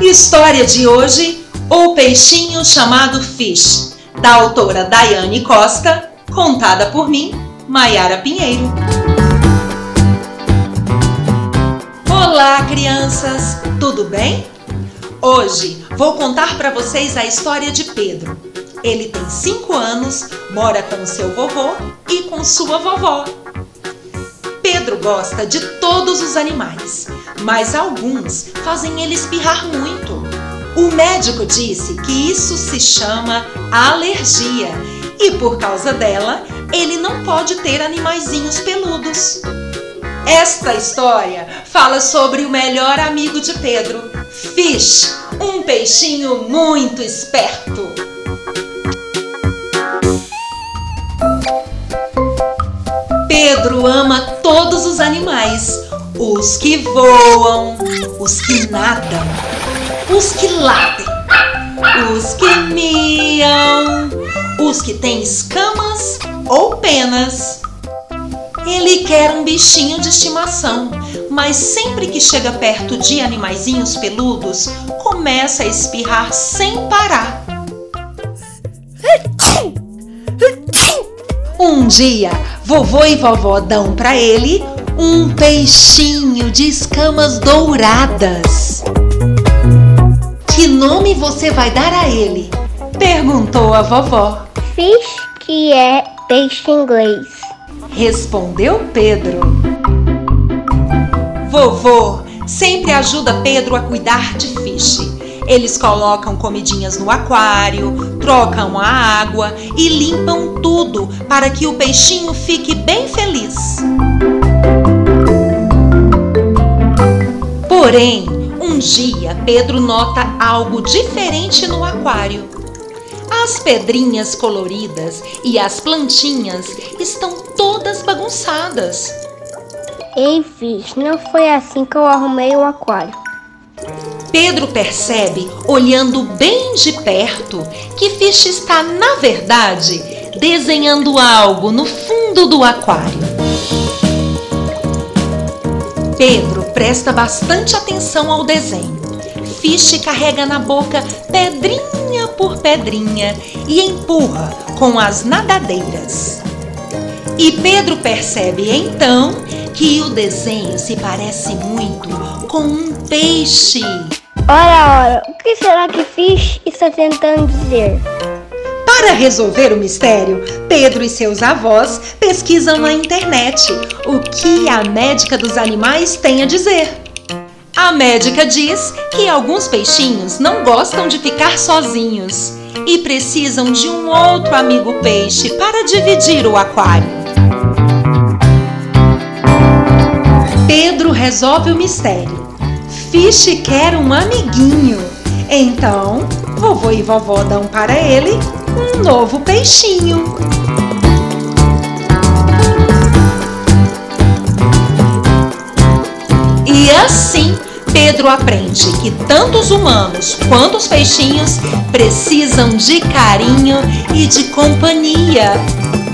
História de hoje, O Peixinho Chamado Fish, da autora Daiane Costa, contada por mim, Maiara Pinheiro. Olá, crianças! Tudo bem? Hoje vou contar para vocês a história de Pedro. Ele tem 5 anos, mora com seu vovô e com sua vovó. Pedro gosta de todos os animais, mas alguns fazem ele espirrar muito. O médico disse que isso se chama alergia e por causa dela, ele não pode ter animaizinhos peludos. Esta história fala sobre o melhor amigo de Pedro, Fish, um peixinho muito esperto. Pedro ama todos os animais, os que voam, os que nadam, os que latem, os que miam, os que têm escamas ou penas. Ele quer um bichinho de estimação, mas sempre que chega perto de animaizinhos peludos, começa a espirrar sem parar. Um dia, vovô e vovó dão para ele um peixinho de escamas douradas. Que nome você vai dar a ele? Perguntou a vovó. Fish, que é peixe em inglês. Respondeu Pedro. Vovô sempre ajuda Pedro a cuidar de Fish. Eles colocam comidinhas no aquário, trocam a água e limpam tudo para que o peixinho fique bem feliz. Porém, um dia Pedro nota algo diferente no aquário. As pedrinhas coloridas e as plantinhas estão todas bagunçadas. Ei, Fish, não foi assim que eu arrumei o aquário. Pedro percebe, olhando bem de perto, que Fish está, na verdade, desenhando algo no fundo do aquário. Pedro presta bastante atenção ao desenho. Fish carrega na boca pedrinha por pedrinha e empurra com as nadadeiras. E Pedro percebe então que o desenho se parece muito com um peixe. Ora, o que será que Fish está tentando dizer? Para resolver o mistério, Pedro e seus avós pesquisam na internet o que a médica dos animais tem a dizer. A médica diz que alguns peixinhos não gostam de ficar sozinhos e precisam de um outro amigo peixe para dividir o aquário. Pedro resolve o mistério. Fish quer um amiguinho. Então, vovô e vovó dão para ele um novo peixinho. E assim, Pedro aprende que tanto os humanos quanto os peixinhos precisam de carinho e de companhia.